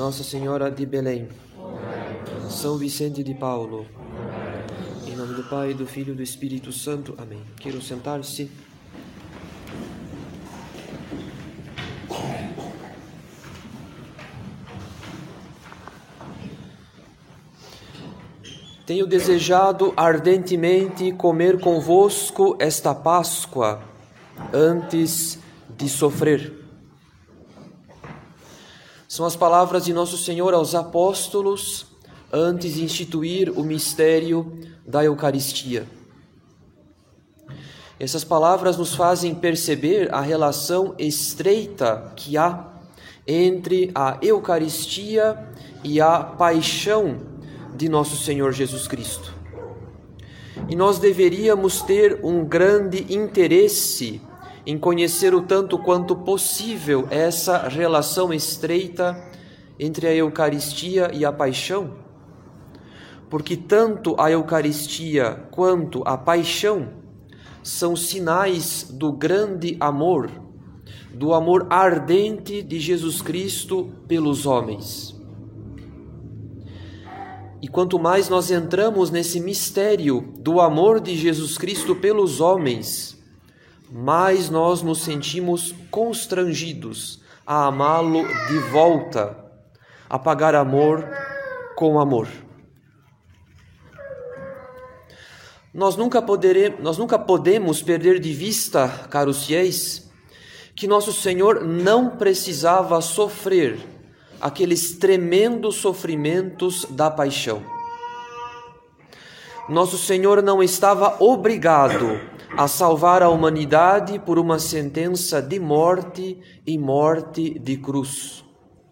Nossa Senhora de Belém, São Vicente de Paulo, em nome do Pai, do Filho e do Espírito Santo. Amém. Queiram sentar-se. Tenho desejado ardentemente comer convosco esta Páscoa antes de sofrer. São as palavras de Nosso Senhor aos apóstolos antes de instituir o mistério da Eucaristia. Essas palavras nos fazem perceber a relação estreita que há entre a Eucaristia e a paixão de Nosso Senhor Jesus Cristo. E nós deveríamos ter um grande interesse em conhecer o tanto quanto possível essa relação estreita entre a Eucaristia e a paixão, porque tanto a Eucaristia quanto a paixão são sinais do grande amor, do amor ardente de Jesus Cristo pelos homens. E quanto mais nós entramos nesse mistério do amor de Jesus Cristo pelos homens, mais nós nos sentimos constrangidos a amá-lo de volta, a pagar amor com amor. Nós nunca podemos perder de vista, caros fiéis, que Nosso Senhor não precisava sofrer aqueles tremendos sofrimentos da paixão. Nosso Senhor não estava obrigado a salvar a humanidade por uma sentença de morte e morte de cruz.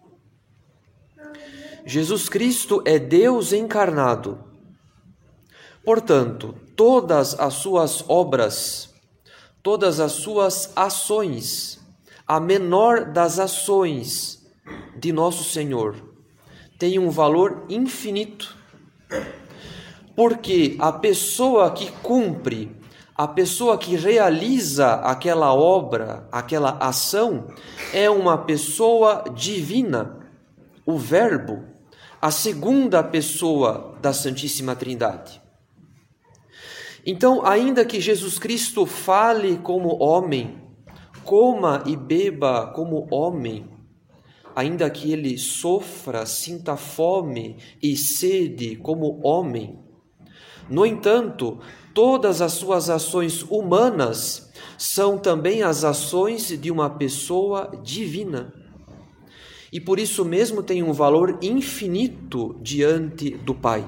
Jesus Cristo é Deus encarnado. Portanto, todas as suas obras, todas as suas ações, a menor das ações de Nosso Senhor tem um valor infinito, porque a pessoa que cumpre, a pessoa que realiza aquela obra, aquela ação, é uma pessoa divina, o Verbo, a segunda pessoa da Santíssima Trindade. Então, ainda que Jesus Cristo fale como homem, coma e beba como homem, ainda que ele sofra, sinta fome e sede como homem, no entanto, todas as suas ações humanas são também as ações de uma pessoa divina. E por isso mesmo tem um valor infinito diante do Pai.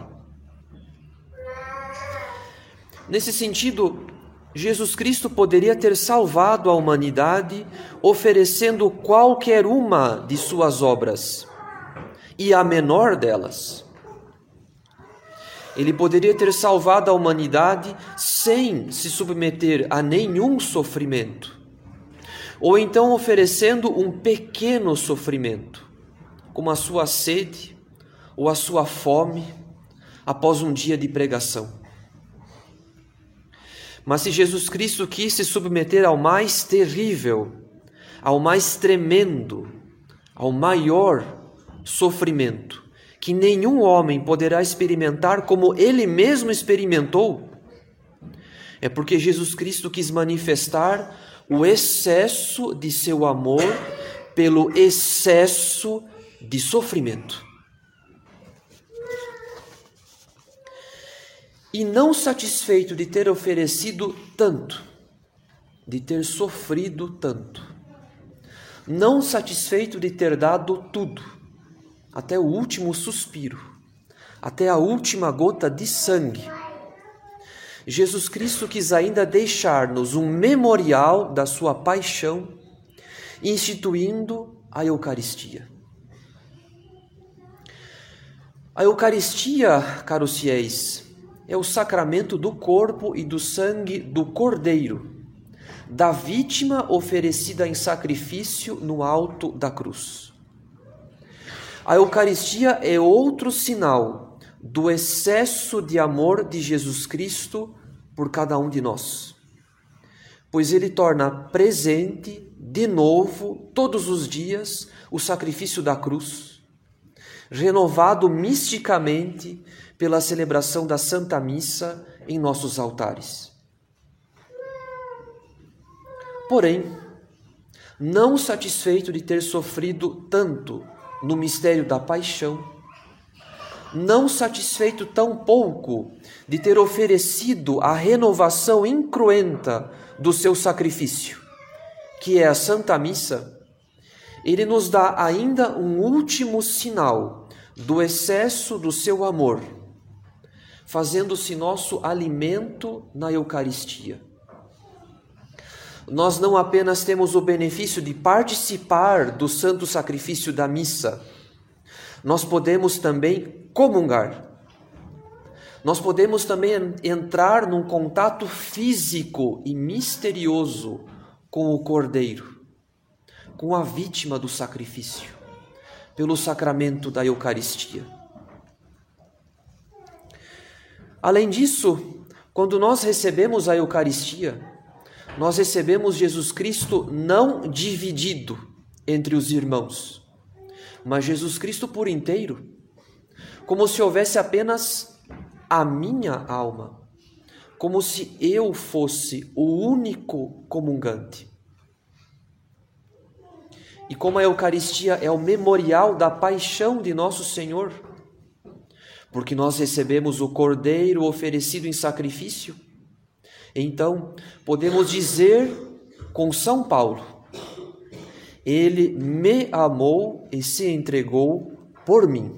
Nesse sentido, Jesus Cristo poderia ter salvado a humanidade oferecendo qualquer uma de suas obras, e a menor delas. Ele poderia ter salvado a humanidade sem se submeter a nenhum sofrimento, ou então oferecendo um pequeno sofrimento, como a sua sede ou a sua fome após um dia de pregação. Mas se Jesus Cristo quis se submeter ao mais terrível, ao mais tremendo, ao maior sofrimento, que nenhum homem poderá experimentar como ele mesmo experimentou, é porque Jesus Cristo quis manifestar o excesso de seu amor pelo excesso de sofrimento. E não satisfeito de ter oferecido tanto, de ter sofrido tanto, não satisfeito de ter dado tudo, até o último suspiro, até a última gota de sangue, Jesus Cristo quis ainda deixar-nos um memorial da sua paixão, instituindo a Eucaristia. A Eucaristia, caros fiéis, é o sacramento do corpo e do sangue do Cordeiro, da vítima oferecida em sacrifício no alto da cruz. A Eucaristia é outro sinal do excesso de amor de Jesus Cristo por cada um de nós, pois ele torna presente de novo, todos os dias, o sacrifício da cruz, renovado misticamente pela celebração da Santa Missa em nossos altares. Porém, não satisfeito de ter sofrido tanto no mistério da paixão, não satisfeito tão pouco de ter oferecido a renovação incruenta do seu sacrifício, que é a Santa Missa, ele nos dá ainda um último sinal do excesso do seu amor, fazendo-se nosso alimento na Eucaristia. Nós não apenas temos o benefício de participar do santo sacrifício da missa, nós podemos também comungar. Nós podemos também entrar num contato físico e misterioso com o Cordeiro, com a vítima do sacrifício, pelo sacramento da Eucaristia. Além disso, quando nós recebemos a Eucaristia, nós recebemos Jesus Cristo não dividido entre os irmãos, mas Jesus Cristo por inteiro, como se houvesse apenas a minha alma, como se eu fosse o único comungante. E como a Eucaristia é o memorial da paixão de nosso Senhor, porque nós recebemos o Cordeiro oferecido em sacrifício, então podemos dizer com São Paulo: Ele me amou e se entregou por mim.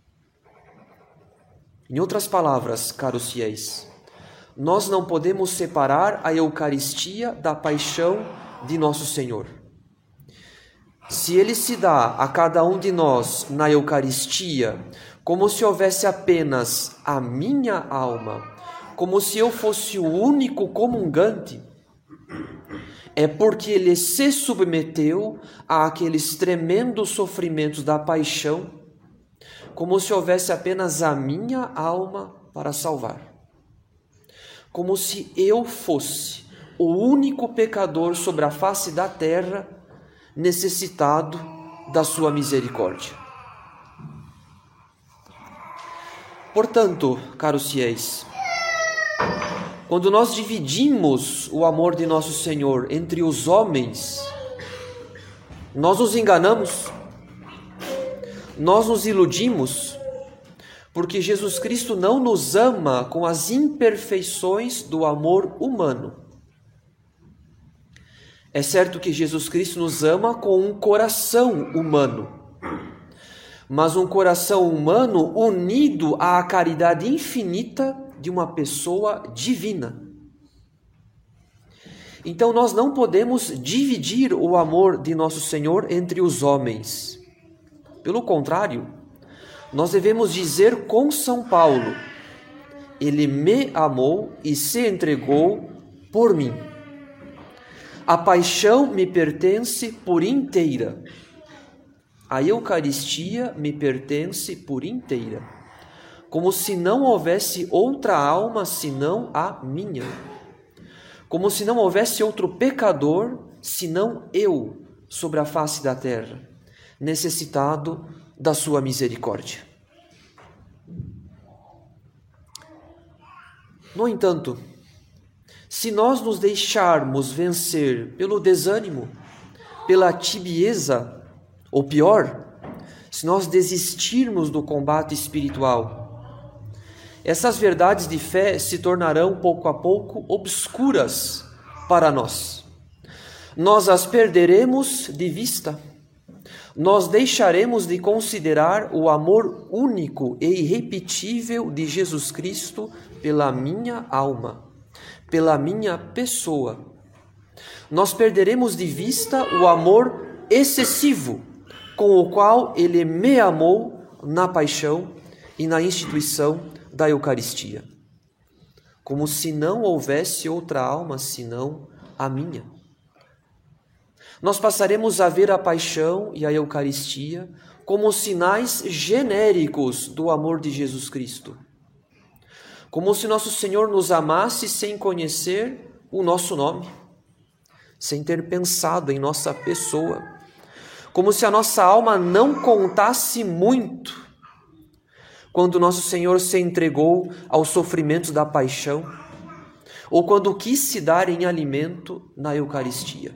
Em outras palavras, caros fiéis, nós não podemos separar a Eucaristia da paixão de nosso Senhor. Se Ele se dá a cada um de nós na Eucaristia, como se houvesse apenas a minha alma, como se eu fosse o único comungante, é porque Ele se submeteu àqueles tremendos sofrimentos da paixão, como se houvesse apenas a minha alma para salvar. Como se eu fosse o único pecador sobre a face da terra, necessitado da sua misericórdia. Portanto, caros fiéis, quando nós dividimos o amor de nosso Senhor entre os homens, nós nos enganamos, nós nos iludimos, porque Jesus Cristo não nos ama com as imperfeições do amor humano. É certo que Jesus Cristo nos ama com um coração humano, mas um coração humano unido à caridade infinita de uma pessoa divina. Então nós não podemos dividir o amor de nosso Senhor entre os homens. Pelo contrário, nós devemos dizer com São Paulo: Ele me amou e se entregou por mim. A paixão me pertence por inteira. A Eucaristia me pertence por inteira, como se não houvesse outra alma senão a minha, como se não houvesse outro pecador senão eu sobre a face da terra, necessitado da sua misericórdia. No entanto, se nós nos deixarmos vencer pelo desânimo, pela tibieza, ou pior, se nós desistirmos do combate espiritual, essas verdades de fé se tornarão pouco a pouco obscuras para nós. Nós as perderemos de vista. Nós deixaremos de considerar o amor único e irrepetível de Jesus Cristo pela minha alma, pela minha pessoa. Nós perderemos de vista o amor excessivo com o qual Ele me amou na paixão e na instituição da Eucaristia, como se não houvesse outra alma senão a minha. Nós passaremos a ver a paixão e a Eucaristia como sinais genéricos do amor de Jesus Cristo, como se nosso Senhor nos amasse sem conhecer o nosso nome, sem ter pensado em nossa pessoa, como se a nossa alma não contasse muito quando nosso Senhor se entregou aos sofrimentos da paixão, ou quando quis se dar em alimento na Eucaristia.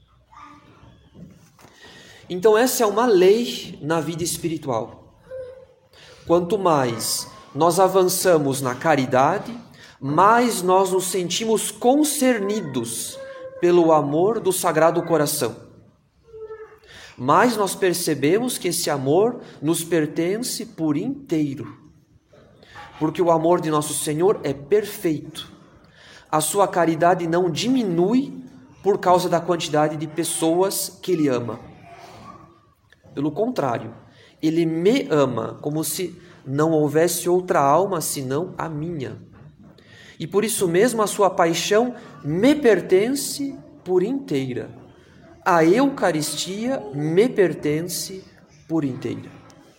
Então essa é uma lei na vida espiritual. Quanto mais nós avançamos na caridade, mais nós nos sentimos concernidos pelo amor do Sagrado Coração. Mais nós percebemos que esse amor nos pertence por inteiro. Porque o amor de nosso Senhor é perfeito. A sua caridade não diminui por causa da quantidade de pessoas que Ele ama. Pelo contrário, Ele me ama como se não houvesse outra alma senão a minha. E por isso mesmo a sua paixão me pertence por inteira. A Eucaristia me pertence por inteira.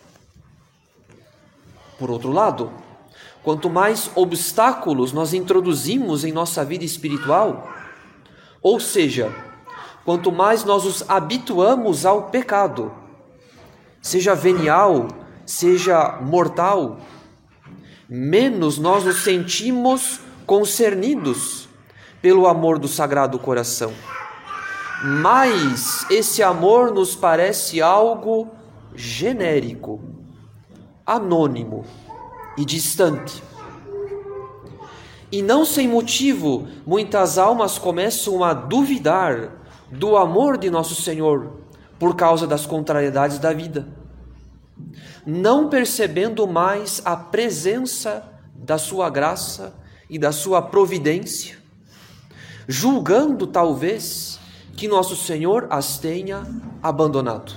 Por outro lado, quanto mais obstáculos nós introduzimos em nossa vida espiritual, ou seja, quanto mais nós nos habituamos ao pecado, seja venial, seja mortal, menos nós nos sentimos concernidos pelo amor do Sagrado Coração. Mas esse amor nos parece algo genérico, anônimo e distante. E não sem motivo, muitas almas começam a duvidar do amor de nosso Senhor por causa das contrariedades da vida, não percebendo mais a presença da sua graça e da sua providência, julgando talvez que nosso Senhor as tenha abandonado.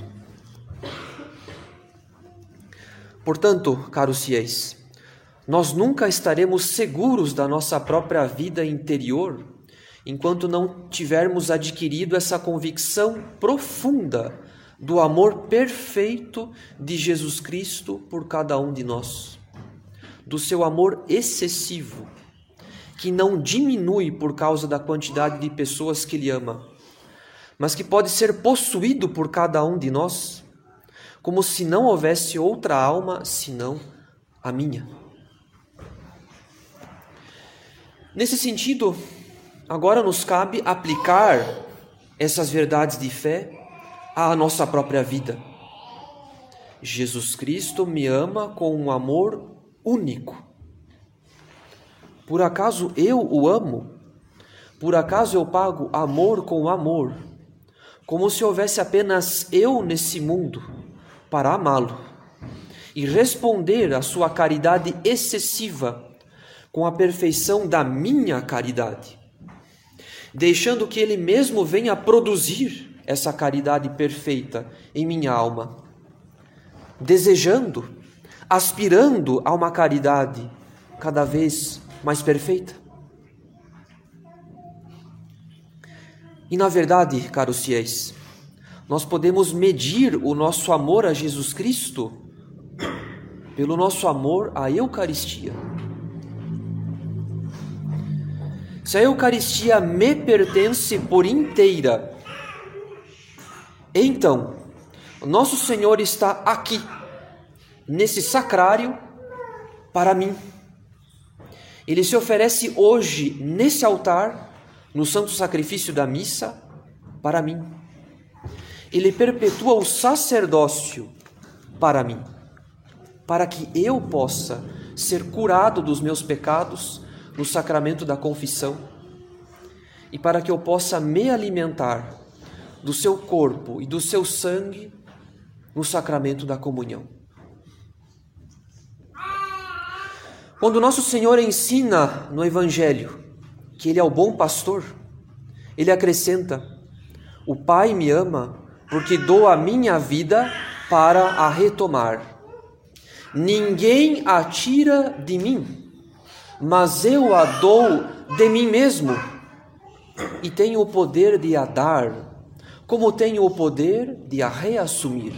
Portanto, caros fiéis, nós nunca estaremos seguros da nossa própria vida interior enquanto não tivermos adquirido essa convicção profunda do amor perfeito de Jesus Cristo por cada um de nós, do seu amor excessivo, que não diminui por causa da quantidade de pessoas que Ele ama, mas que pode ser possuído por cada um de nós, como se não houvesse outra alma senão a minha. Nesse sentido, agora nos cabe aplicar essas verdades de fé à nossa própria vida. Jesus Cristo me ama com um amor único. Por acaso eu o amo? Por acaso eu pago amor com amor? Como se houvesse apenas eu nesse mundo para amá-lo e responder à sua caridade excessiva com a perfeição da minha caridade, deixando que Ele mesmo venha produzir essa caridade perfeita em minha alma, desejando, aspirando a uma caridade cada vez mais perfeita. E na verdade, caros fiéis, nós podemos medir o nosso amor a Jesus Cristo pelo nosso amor à Eucaristia. Se a Eucaristia me pertence por inteira, então, nosso Senhor está aqui, nesse sacrário, para mim. Ele se oferece hoje, nesse altar, no santo sacrifício da missa, para mim. Ele perpetua o sacerdócio para mim, para que eu possa ser curado dos meus pecados no sacramento da confissão e para que eu possa me alimentar do seu corpo e do seu sangue no sacramento da comunhão. Quando nosso Senhor ensina no Evangelho que Ele é o bom pastor, Ele acrescenta: o Pai me ama porque dou a minha vida para a retomar. Ninguém a tira de mim, mas eu a dou de mim mesmo e tenho o poder de a dar, como tenho o poder de a reassumir.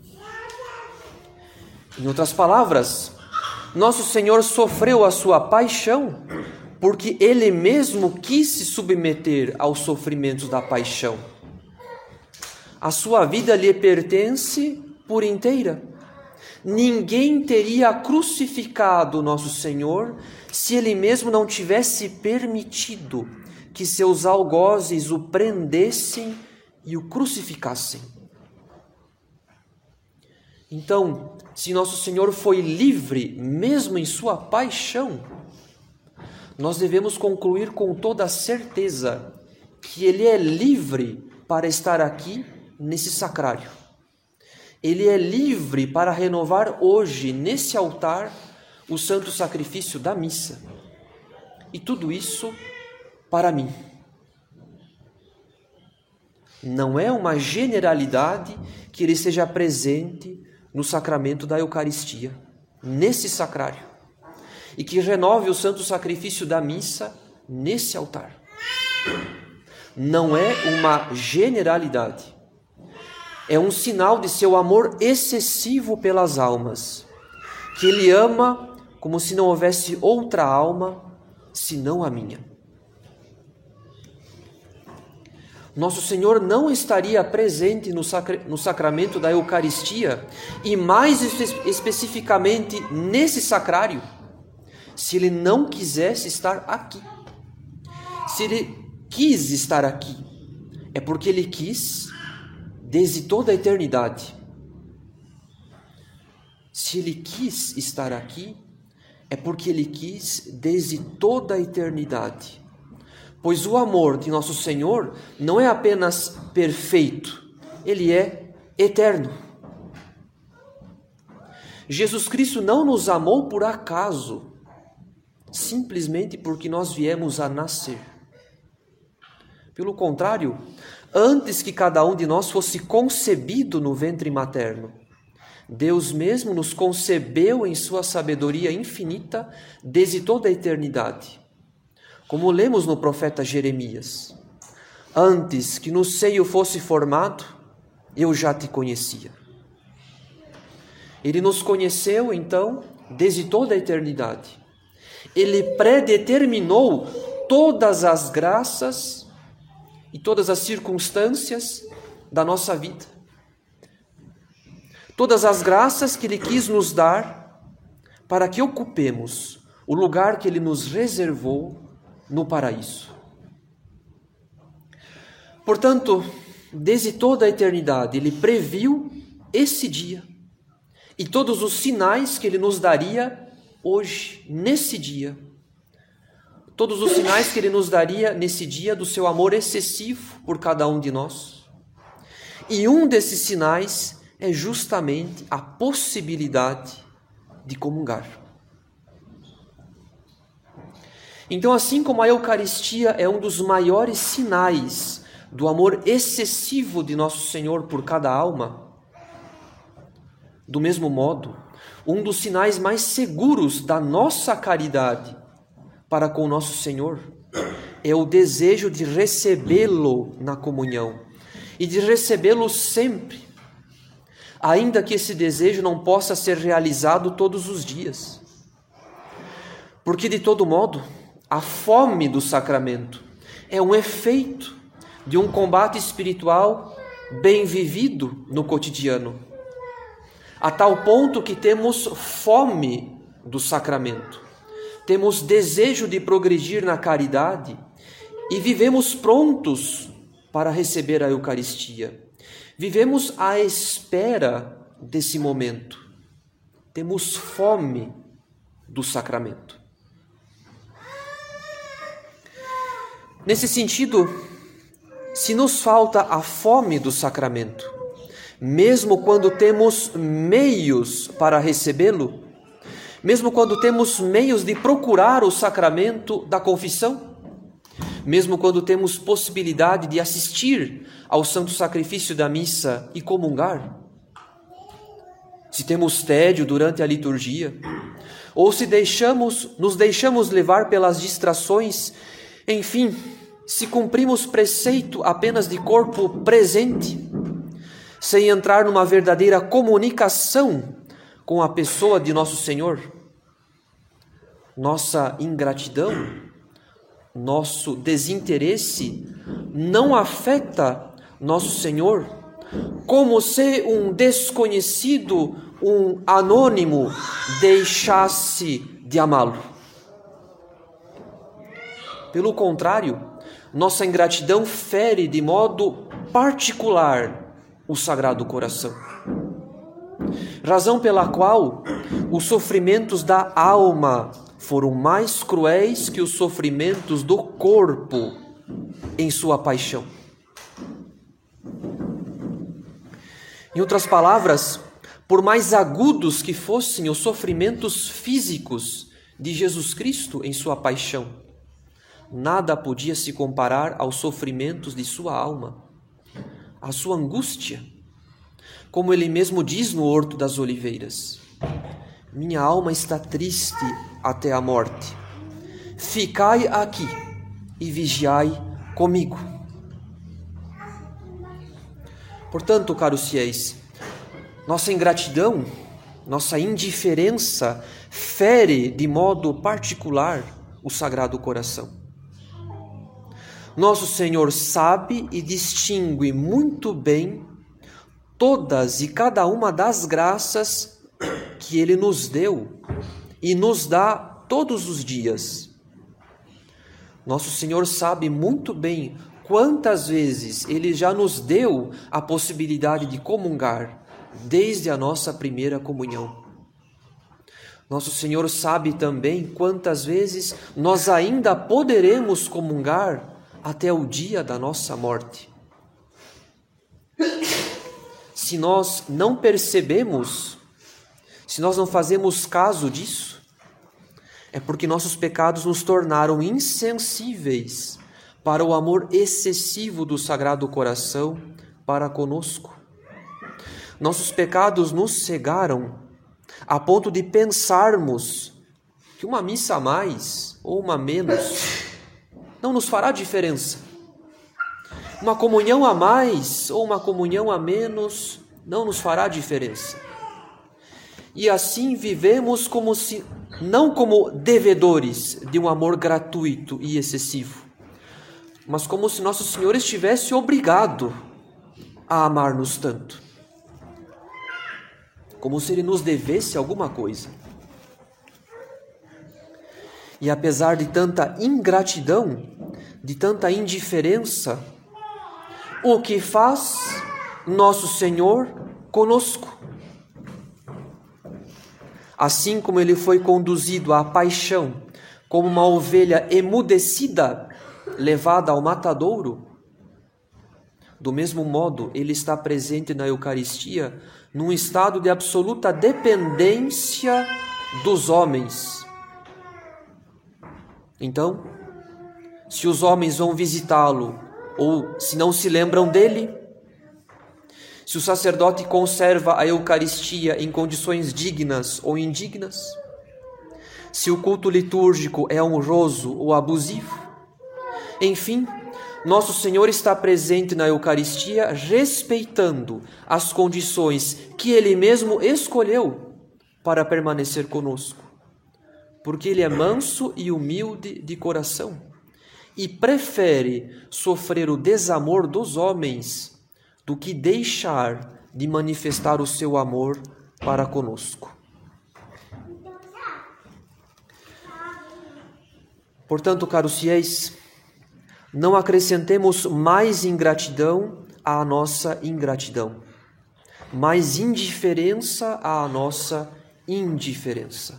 Em outras palavras, nosso Senhor sofreu a sua paixão porque Ele mesmo quis se submeter aos sofrimentos da paixão. A sua vida lhe pertence por inteira. ninguém teria crucificado nosso Senhor se ele mesmo não tivesse permitido que seus algozes o prendessem e o crucificassem. Então, se nosso Senhor foi livre mesmo em sua paixão, nós devemos concluir com toda certeza que ele é livre para estar aqui nesse sacrário. Ele é livre para renovar hoje, nesse altar, o santo sacrifício da missa. E tudo isso para mim. Não é uma generalidade que ele esteja presente no sacramento da Eucaristia, nesse sacrário, e que renove o santo sacrifício da missa nesse altar. Não é uma generalidade. É um sinal de seu amor excessivo pelas almas, que ele ama como se não houvesse outra alma senão a minha. Nosso Senhor não estaria presente no sacramento da Eucaristia, e mais especificamente nesse sacrário, se ele não quisesse estar aqui. Se ele quis estar aqui, é porque ele quis desde toda a eternidade. Se ele quis estar aqui, é porque ele quis desde toda a eternidade. Pois o amor de nosso Senhor não é apenas perfeito, ele é eterno. Jesus Cristo não nos amou por acaso, simplesmente porque nós viemos a nascer. Pelo contrário, antes que cada um de nós fosse concebido no ventre materno, Deus mesmo nos concebeu em sua sabedoria infinita desde toda a eternidade. Como lemos no profeta Jeremias: antes que no seio fosse formado, eu já te conhecia. Ele nos conheceu, então, desde toda a eternidade. Ele predeterminou todas as graças e todas as circunstâncias da nossa vida. Todas as graças que Ele quis nos dar para que ocupemos o lugar que Ele nos reservou no paraíso. Portanto, desde toda a eternidade, Ele previu esse dia e todos os sinais que Ele nos daria hoje, nesse dia. Todos os sinais que Ele nos daria nesse dia do seu amor excessivo por cada um de nós. E um desses sinais é justamente a possibilidade de comungar. Então, assim como a Eucaristia é um dos maiores sinais do amor excessivo de nosso Senhor por cada alma, do mesmo modo, um dos sinais mais seguros da nossa caridade para com nosso Senhor é o desejo de recebê-lo na comunhão e de recebê-lo sempre, ainda que esse desejo não possa ser realizado todos os dias. Porque, de todo modo, a fome do sacramento é um efeito de um combate espiritual bem vivido no cotidiano, a tal ponto que temos fome do sacramento, temos desejo de progredir na caridade e vivemos prontos para receber a Eucaristia. Vivemos à espera desse momento. Temos fome do sacramento. Nesse sentido, se nos falta a fome do sacramento, mesmo quando temos meios para recebê-lo, mesmo quando temos meios de procurar o sacramento da confissão, mesmo quando temos possibilidade de assistir ao santo sacrifício da missa e comungar, se temos tédio durante a liturgia, ou se nos deixamos levar pelas distrações, enfim, se cumprimos preceito apenas de corpo presente, sem entrar numa verdadeira comunicação com a pessoa de nosso Senhor, nossa ingratidão, nosso desinteresse não afeta nosso Senhor como se um desconhecido um anônimo deixasse de amá-lo. Pelo contrário, nossa ingratidão fere de modo particular o Sagrado Coração. Razão pela qual os sofrimentos da alma foram mais cruéis que os sofrimentos do corpo em sua paixão. Em outras palavras, por mais agudos que fossem os sofrimentos físicos de Jesus Cristo em sua paixão, nada podia se comparar aos sofrimentos de sua alma, à sua angústia. Como ele mesmo diz no Horto das Oliveiras: minha alma está triste até a morte. Ficai aqui e vigiai comigo. Portanto, caros fiéis, nossa ingratidão, nossa indiferença fere de modo particular o Sagrado Coração. Nosso Senhor sabe e distingue muito bem todas e cada uma das graças que Ele nos deu e nos dá todos os dias. Nosso Senhor sabe muito bem quantas vezes Ele já nos deu a possibilidade de comungar desde a nossa primeira comunhão. Nosso Senhor sabe também quantas vezes nós ainda poderemos comungar até o dia da nossa morte. Se nós não percebemos, se nós não fazemos caso disso, é porque nossos pecados nos tornaram insensíveis para o amor excessivo do Sagrado Coração para conosco. Nossos pecados nos cegaram a ponto de pensarmos que uma missa a mais ou uma a menos não nos fará diferença. Uma comunhão a mais ou uma comunhão a menos não nos fará diferença. E assim vivemos não como devedores de um amor gratuito e excessivo, mas como se Nosso Senhor estivesse obrigado a amar-nos tanto. Como se Ele nos devesse alguma coisa. E apesar de tanta ingratidão, de tanta indiferença, o que faz Nosso Senhor conosco? Assim como Ele foi conduzido à paixão, como uma ovelha emudecida, levada ao matadouro, do mesmo modo, Ele está presente na Eucaristia num estado de absoluta dependência dos homens. Então, se os homens vão visitá-lo ou se não se lembram dele, se o sacerdote conserva a Eucaristia em condições dignas ou indignas, se o culto litúrgico é honroso ou abusivo, enfim, Nosso Senhor está presente na Eucaristia respeitando as condições que Ele mesmo escolheu para permanecer conosco, porque Ele é manso e humilde de coração e prefere sofrer o desamor dos homens do que deixar de manifestar o seu amor para conosco. Portanto, caros fiéis, não acrescentemos mais ingratidão à nossa ingratidão, mais indiferença à nossa indiferença.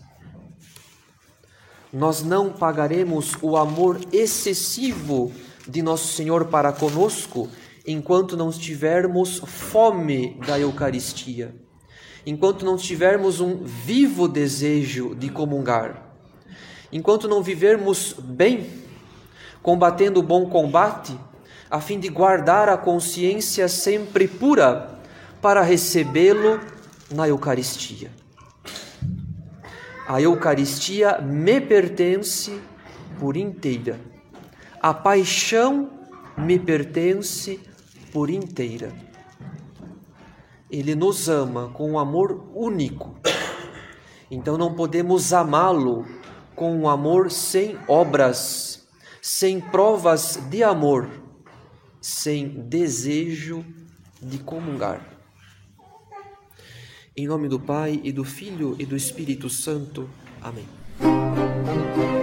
Nós não pagaremos o amor excessivo de Nosso Senhor para conosco enquanto não tivermos fome da Eucaristia, enquanto não tivermos um vivo desejo de comungar, enquanto não vivermos bem, combatendo o bom combate, a fim de guardar a consciência sempre pura para recebê-lo na Eucaristia. A Eucaristia me pertence por inteira. A paixão me pertence por inteira. Ele nos ama com um amor único. Então não podemos amá-lo com um amor sem obras, sem provas de amor, sem desejo de comungar. Em nome do Pai, e do Filho, e do Espírito Santo. Amém.